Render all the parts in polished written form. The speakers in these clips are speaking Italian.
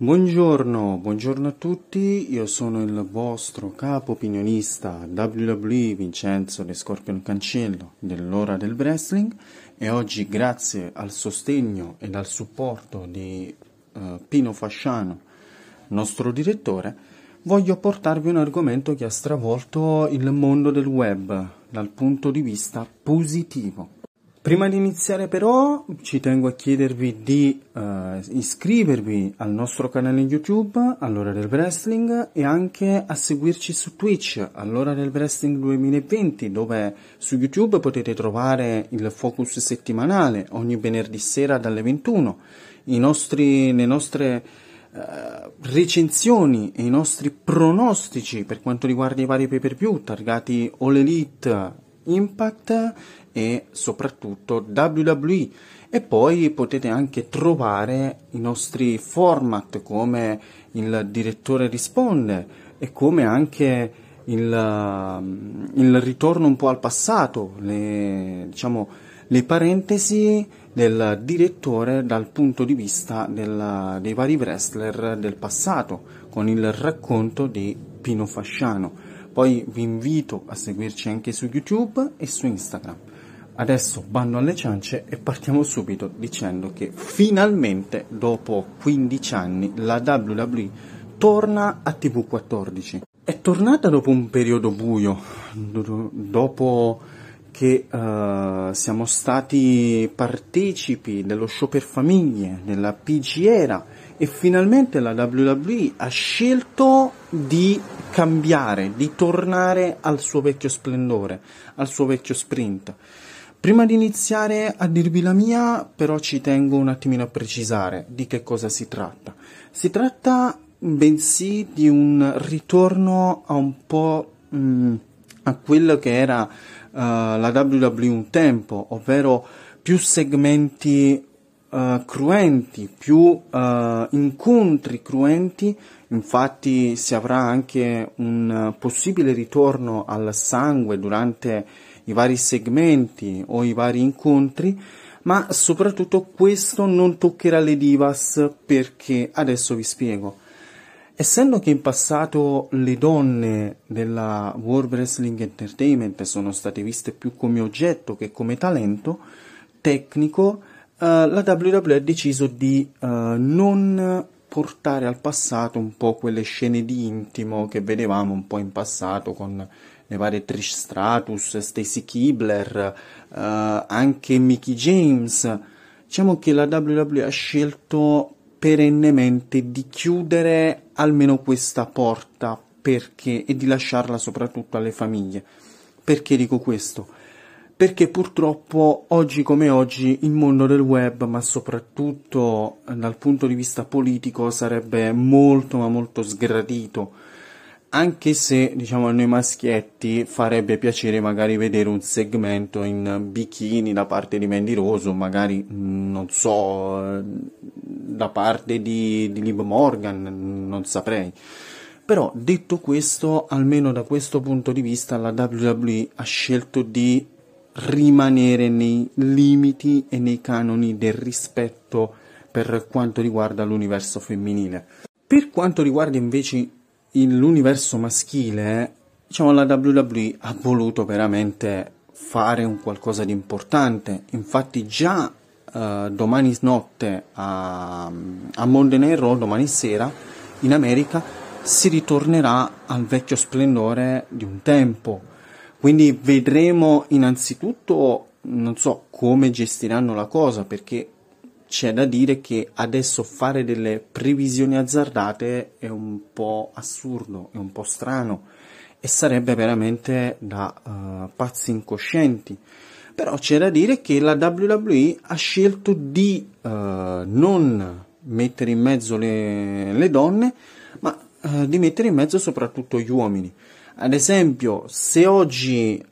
Buongiorno a tutti, io sono il vostro capo opinionista WWE Vincenzo De Scorpion Cancello dell'Ora del Wrestling e oggi grazie al sostegno ed al supporto di Pino Fasciano, nostro direttore, voglio portarvi un argomento che ha stravolto il mondo del web dal punto di vista positivo. Prima di iniziare però ci tengo a chiedervi di iscrivervi al nostro canale YouTube, all'Ora del Wrestling, e anche a seguirci su Twitch, all'Ora del Wrestling 2020, dove su YouTube potete trovare il focus settimanale ogni venerdì sera dalle 21, le nostre recensioni e i nostri pronostici per quanto riguarda i vari pay-per-view targati All Elite, Impact e soprattutto WWE, e poi potete anche trovare i nostri format come il direttore risponde e come anche il ritorno un po' al passato, le parentesi del direttore dal punto di vista dei vari wrestler del passato, con il racconto di Pino Fasciano. Poi vi invito a seguirci anche su YouTube e su Instagram. Adesso bando alle ciance e partiamo subito dicendo che finalmente dopo 15 anni la WWE torna a TV14. È tornata dopo un periodo buio, dopo che siamo stati partecipi dello show per famiglie, della PG Era, e finalmente la WWE ha scelto di cambiare, di tornare al suo vecchio splendore, al suo vecchio sprint. Prima di iniziare a dirvi la mia, però ci tengo un attimino a precisare di che cosa si tratta. Si tratta bensì di un ritorno a un po' a quello che era la WWE un tempo, ovvero più segmenti cruenti, più incontri cruenti. Infatti si avrà anche un possibile ritorno al sangue durante i vari segmenti o i vari incontri, ma soprattutto questo non toccherà le divas, perché adesso vi spiego. Essendo che in passato le donne della World Wrestling Entertainment sono state viste più come oggetto che come talento tecnico, la WWE ha deciso di non portare al passato un po' quelle scene di intimo che vedevamo un po' in passato con le varie Trish Stratus, Stacy Keibler, anche Mickie James. Diciamo che la WWE ha scelto perennemente di chiudere almeno questa porta, perché, e di lasciarla soprattutto alle famiglie. Perché dico questo? Perché purtroppo oggi come oggi il mondo del web, ma soprattutto dal punto di vista politico, sarebbe molto ma molto sgradito, anche se diciamo a noi maschietti farebbe piacere magari vedere un segmento in bikini da parte di Mandy Rose, magari non so, da parte di Liv Morgan, non saprei. Però detto questo, almeno da questo punto di vista la WWE ha scelto di rimanere nei limiti e nei canoni del rispetto per quanto riguarda l'universo femminile. Per quanto riguarda invece l'universo maschile, diciamo la WWE ha voluto veramente fare un qualcosa di importante. Infatti già domani notte a Monday Night Raw, domani sera in America, si ritornerà al vecchio splendore di un tempo. Quindi vedremo innanzitutto, non so come gestiranno la cosa, perché c'è da dire che adesso fare delle previsioni azzardate è un po' assurdo, è un po' strano e sarebbe veramente da pazzi incoscienti. Però c'è da dire che la WWE ha scelto di non mettere in mezzo le donne, ma di mettere in mezzo soprattutto gli uomini. Ad esempio, se oggi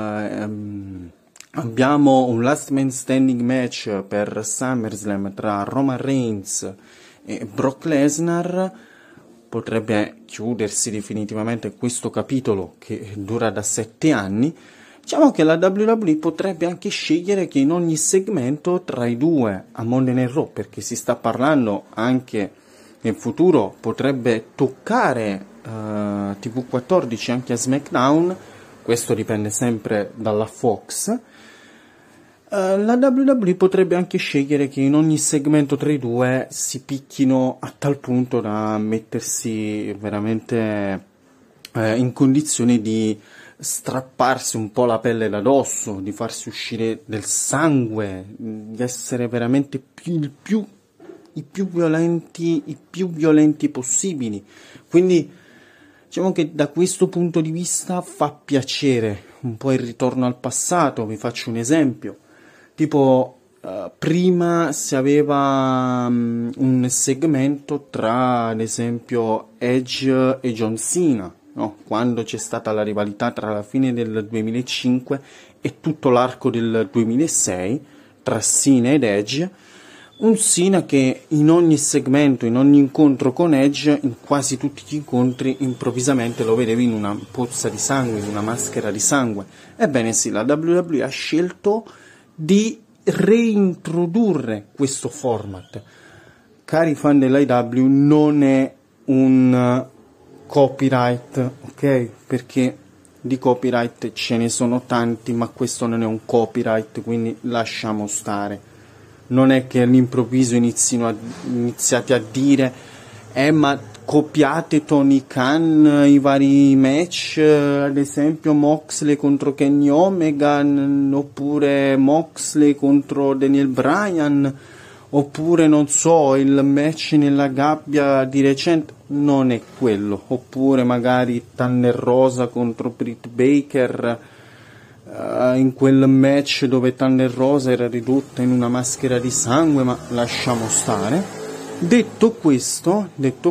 abbiamo un last man standing match per SummerSlam tra Roman Reigns e Brock Lesnar, potrebbe chiudersi definitivamente questo capitolo che dura da 7 anni. Diciamo che la WWE potrebbe anche scegliere che in ogni segmento tra i due a Monday Night Raw, perché si sta parlando anche in futuro potrebbe toccare TV14 anche a SmackDown, questo dipende sempre dalla Fox. La WWE potrebbe anche scegliere che in ogni segmento tra i due si picchino a tal punto da mettersi veramente in condizione di strapparsi un po' la pelle da dosso, di farsi uscire del sangue, di essere veramente i più violenti possibili. Quindi diciamo che da questo punto di vista fa piacere un po' il ritorno al passato. Vi faccio un esempio. Tipo, prima si aveva un segmento tra, ad esempio, Edge e John Cena, no? Quando c'è stata la rivalità tra la fine del 2005 e tutto l'arco del 2006 tra Cena ed Edge, un Cena che in ogni segmento, in ogni incontro con Edge, in quasi tutti gli incontri, improvvisamente lo vedevi in una pozza di sangue, in una maschera di sangue. Ebbene sì, la WWE ha scelto di reintrodurre questo format. Cari fan dell'AEW, non è un copyright, ok? Perché di copyright ce ne sono tanti, ma questo non è un copyright, quindi lasciamo stare. Non è che all'improvviso iniziate a dire ma copiate Tony Khan, i vari match, ad esempio Moxley contro Kenny Omega, oppure Moxley contro Daniel Bryan, oppure non so, il match nella gabbia di recente. Non è quello. Oppure magari Thunder Rosa contro Britt Baker, in quel match dove Thunder Rosa era ridotta in una maschera di sangue, ma lasciamo stare. Detto questo,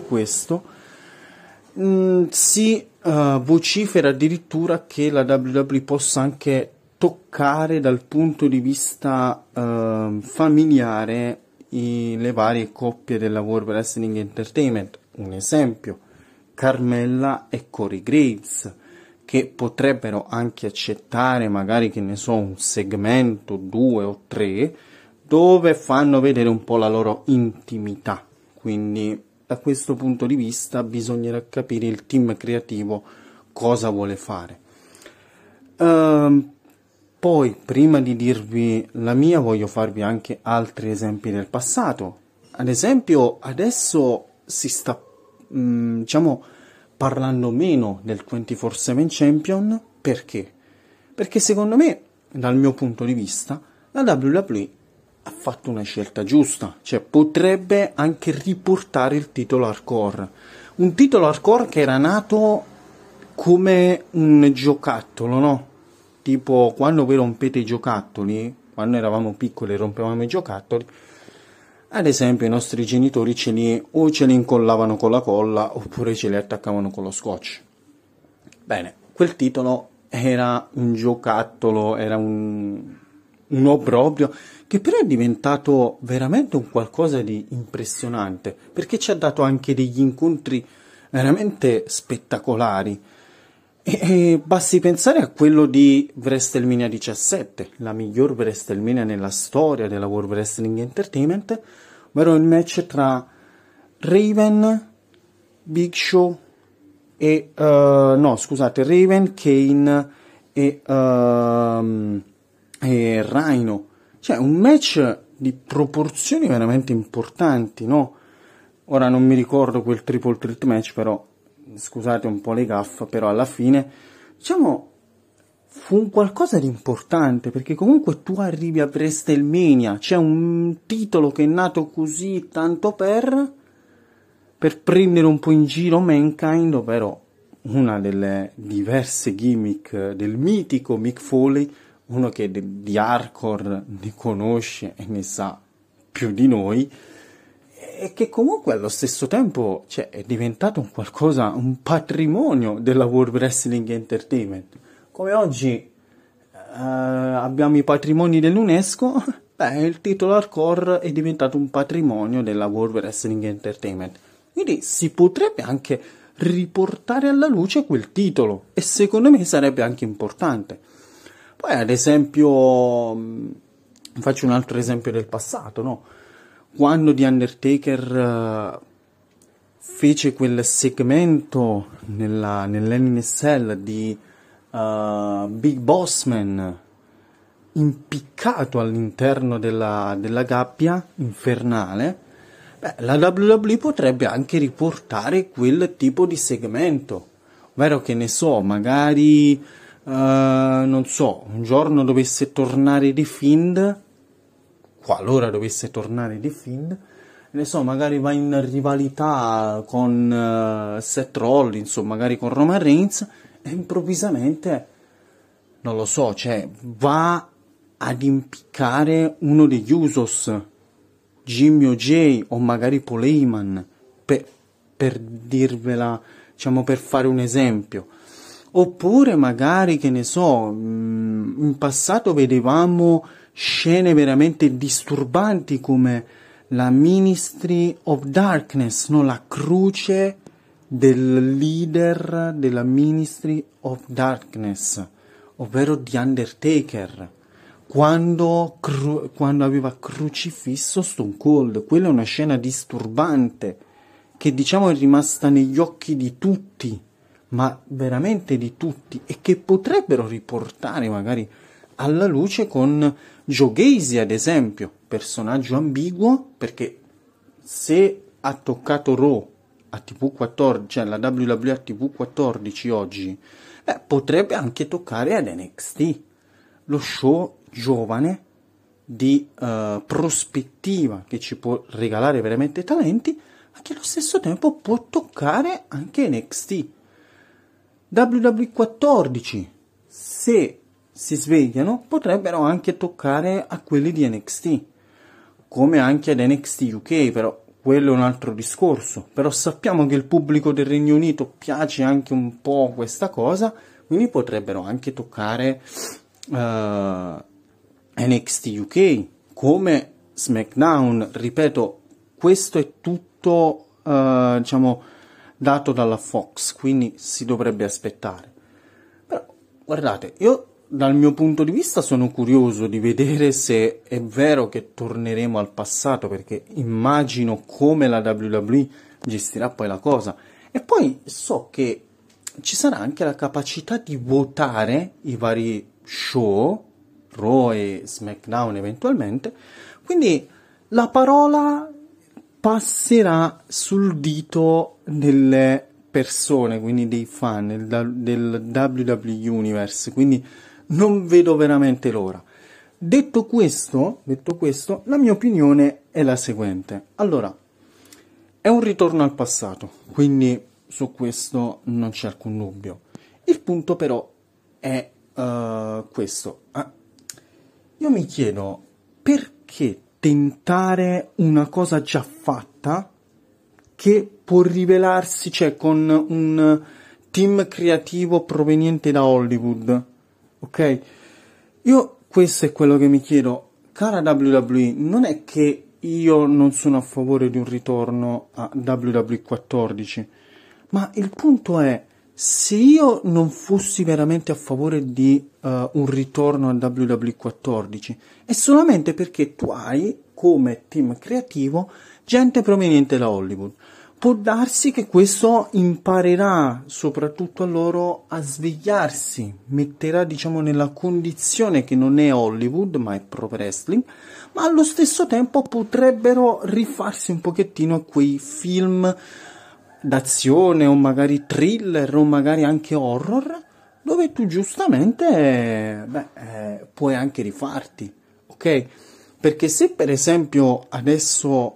si vocifera addirittura che la WWE possa anche toccare dal punto di vista familiare le varie coppie della World Wrestling Entertainment. Un esempio, Carmella e Corey Graves, che potrebbero anche accettare magari, che ne so, un segmento, 2 o 3, dove fanno vedere un po' la loro intimità. Quindi da questo punto di vista bisognerà capire il team creativo cosa vuole fare. Poi, prima di dirvi la mia, voglio farvi anche altri esempi del passato. Ad esempio, adesso si sta parlando meno del 24/7 Champion. Perché? Perché secondo me, dal mio punto di vista, la WWE ha fatto una scelta giusta, cioè potrebbe anche riportare il titolo hardcore, un titolo hardcore che era nato come un giocattolo, no? Tipo quando voi rompete i giocattoli, quando eravamo piccoli rompevamo i giocattoli, ad esempio i nostri genitori ce li incollavano con la colla oppure ce li attaccavano con lo scotch. Bene, quel titolo era un giocattolo, era un obbrobrio, che però è diventato veramente un qualcosa di impressionante, perché ci ha dato anche degli incontri veramente spettacolari. E basti pensare a quello di WrestleMania 17, la miglior WrestleMania nella storia della World Wrestling Entertainment, ovvero il match tra Raven, Big Show e Raven, Kane e Rhino. Cioè un match di proporzioni veramente importanti, no? Ora non mi ricordo quel triple threat match, però scusate un po' le gaffe, però alla fine diciamo fu un qualcosa di importante, perché comunque tu arrivi a WrestleMania, c'è un titolo che è nato così tanto per prendere un po' in giro Mankind, ovvero una delle diverse gimmick del mitico Mick Foley, uno che di hardcore ne conosce e ne sa più di noi, e che comunque allo stesso tempo è diventato un qualcosa, un patrimonio della World Wrestling Entertainment. Come oggi abbiamo i patrimoni dell'UNESCO, il titolo hardcore è diventato un patrimonio della World Wrestling Entertainment. Quindi si potrebbe anche riportare alla luce quel titolo, e secondo me sarebbe anche importante. Poi ad esempio, faccio un altro esempio del passato, no? Quando The Undertaker fece quel segmento nell'NSL di Big Boss Man impiccato all'interno della gabbia infernale, la WWE potrebbe anche riportare quel tipo di segmento, ovvero che ne so, magari non so, un giorno dovesse tornare The Fiend, qualora dovesse tornare The Fiend, ne so, magari va in rivalità con Seth Rollins o magari con Roman Reigns e improvvisamente, non lo so, cioè va ad impiccare uno degli Usos, Jimmy o Jay o magari Paul Heyman, per dirvela, diciamo, per fare un esempio. Oppure magari, che ne so, in passato vedevamo scene veramente disturbanti come la Ministry of Darkness, no? La croce del leader della Ministry of Darkness, ovvero The Undertaker, quando aveva crocifisso Stone Cold. Quella è una scena disturbante che, diciamo, è rimasta negli occhi di tutti, ma veramente di tutti, e che potrebbero riportare magari alla luce con Joe Gacy, ad esempio, personaggio ambiguo, perché se ha toccato Raw a TV14, cioè la WWE a TV14 oggi, potrebbe anche toccare ad NXT, lo show giovane di prospettiva che ci può regalare veramente talenti, ma che allo stesso tempo può toccare anche NXT. WWE14, se si svegliano, potrebbero anche toccare a quelli di NXT, come anche ad NXT UK, però quello è un altro discorso. Però sappiamo che il pubblico del Regno Unito piace anche un po' questa cosa, quindi potrebbero anche toccare NXT UK, come SmackDown. Ripeto, questo è tutto diciamo dato dalla Fox, quindi si dovrebbe aspettare. Però guardate, io dal mio punto di vista sono curioso di vedere se è vero che torneremo al passato, perché immagino come la WWE gestirà poi la cosa. E poi so che ci sarà anche la capacità di votare i vari show, Raw e SmackDown eventualmente, quindi la parola passerà sul dito delle persone, quindi dei fan del WWE Universe, quindi non vedo veramente l'ora. Detto questo, la mia opinione è la seguente. Allora, è un ritorno al passato, quindi su questo non c'è alcun dubbio. Il punto però è questo. Io mi chiedo, perché tentare una cosa già fatta che può rivelarsi, cioè con un team creativo proveniente da Hollywood, ok? Io questo è quello che mi chiedo, cara WWE. Non è che io non sono a favore di un ritorno a WWE 14, ma il punto è, se io non fossi veramente a favore di un ritorno a WWE 14, è solamente perché tu hai come team creativo gente proveniente da Hollywood. Può darsi che questo imparerà soprattutto a loro a svegliarsi, metterà, diciamo, nella condizione che non è Hollywood ma è pro wrestling, ma allo stesso tempo potrebbero rifarsi un pochettino a quei film d'azione o magari thriller o magari anche horror, dove tu giustamente puoi anche rifarti, ok? Perché se per esempio adesso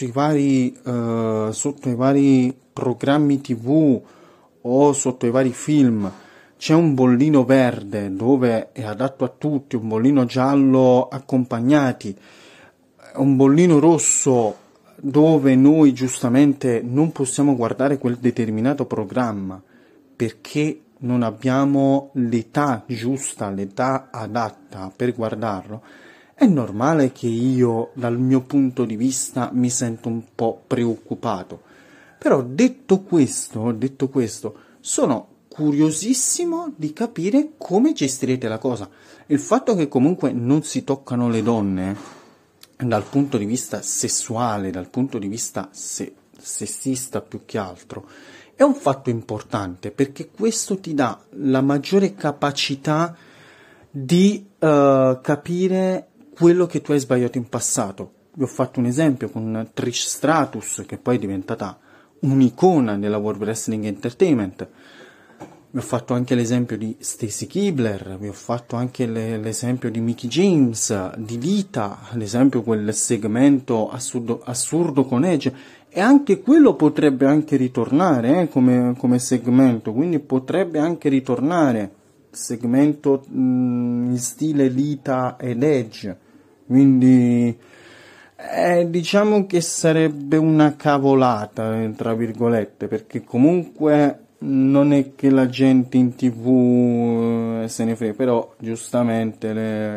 sotto i vari programmi TV o sotto i vari film c'è un bollino verde dove è adatto a tutti, un bollino giallo accompagnati, un bollino rosso dove noi giustamente non possiamo guardare quel determinato programma perché non abbiamo l'età giusta, l'età adatta per guardarlo, è normale che io, dal mio punto di vista, mi sento un po' preoccupato. Però detto questo, sono curiosissimo di capire come gestirete la cosa. Il fatto che comunque non si toccano le donne dal punto di vista sessuale, dal punto di vista sessista più che altro, è un fatto importante perché questo ti dà la maggiore capacità di capire quello che tu hai sbagliato in passato. Vi ho fatto un esempio con Trish Stratus, che poi è diventata un'icona della World Wrestling Entertainment. Vi ho fatto anche l'esempio di Stacy Keibler, vi ho fatto anche l'esempio di Mickie James, di Lita, l'esempio quel segmento assurdo con Edge, e anche quello potrebbe anche ritornare come segmento, quindi potrebbe anche ritornare segmento in stile Lita ed Edge, quindi diciamo che sarebbe una cavolata, tra virgolette, perché comunque non è che la gente in TV se ne frega, però giustamente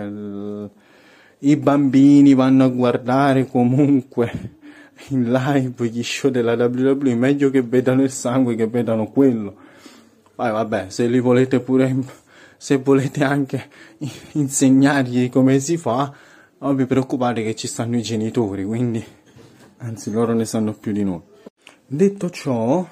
i bambini vanno a guardare comunque in live gli show della WWE, meglio che vedano il sangue che vedano quello. Poi vabbè, se li volete pure, se volete anche insegnargli come si fa, non vi preoccupate che ci stanno i genitori, quindi anzi loro ne sanno più di noi. Detto ciò,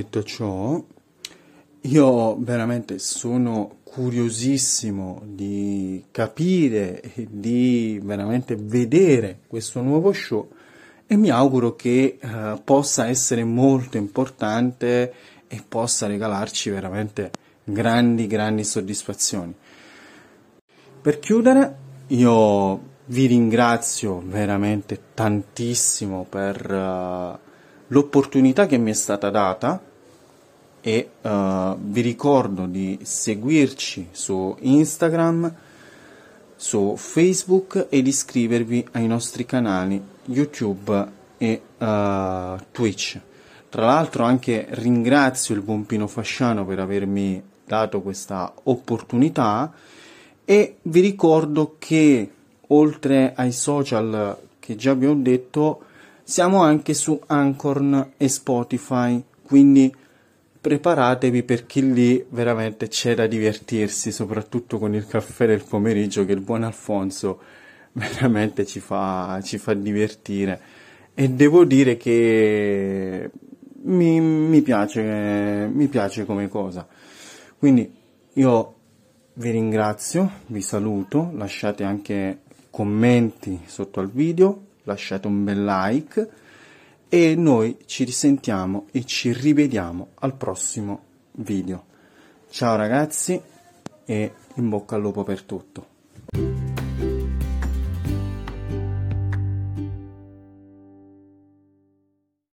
io veramente sono curiosissimo di capire e di veramente vedere questo nuovo show e mi auguro che possa essere molto importante e possa regalarci veramente grandi soddisfazioni. Per chiudere, io vi ringrazio veramente tantissimo per l'opportunità che mi è stata data e vi ricordo di seguirci su Instagram, su Facebook e di iscrivervi ai nostri canali YouTube e Twitch. Tra l'altro anche ringrazio il buon Pino Fasciano per avermi dato questa opportunità e vi ricordo che oltre ai social che già vi ho detto siamo anche su Anchor e Spotify, quindi preparatevi perché lì veramente c'è da divertirsi, soprattutto con il caffè del pomeriggio che il buon Alfonso veramente ci fa divertire e devo dire che mi piace come cosa. Quindi io vi ringrazio, vi saluto, lasciate anche commenti sotto al video, lasciate un bel like e noi ci risentiamo e ci rivediamo al prossimo video. Ciao ragazzi e in bocca al lupo per tutto.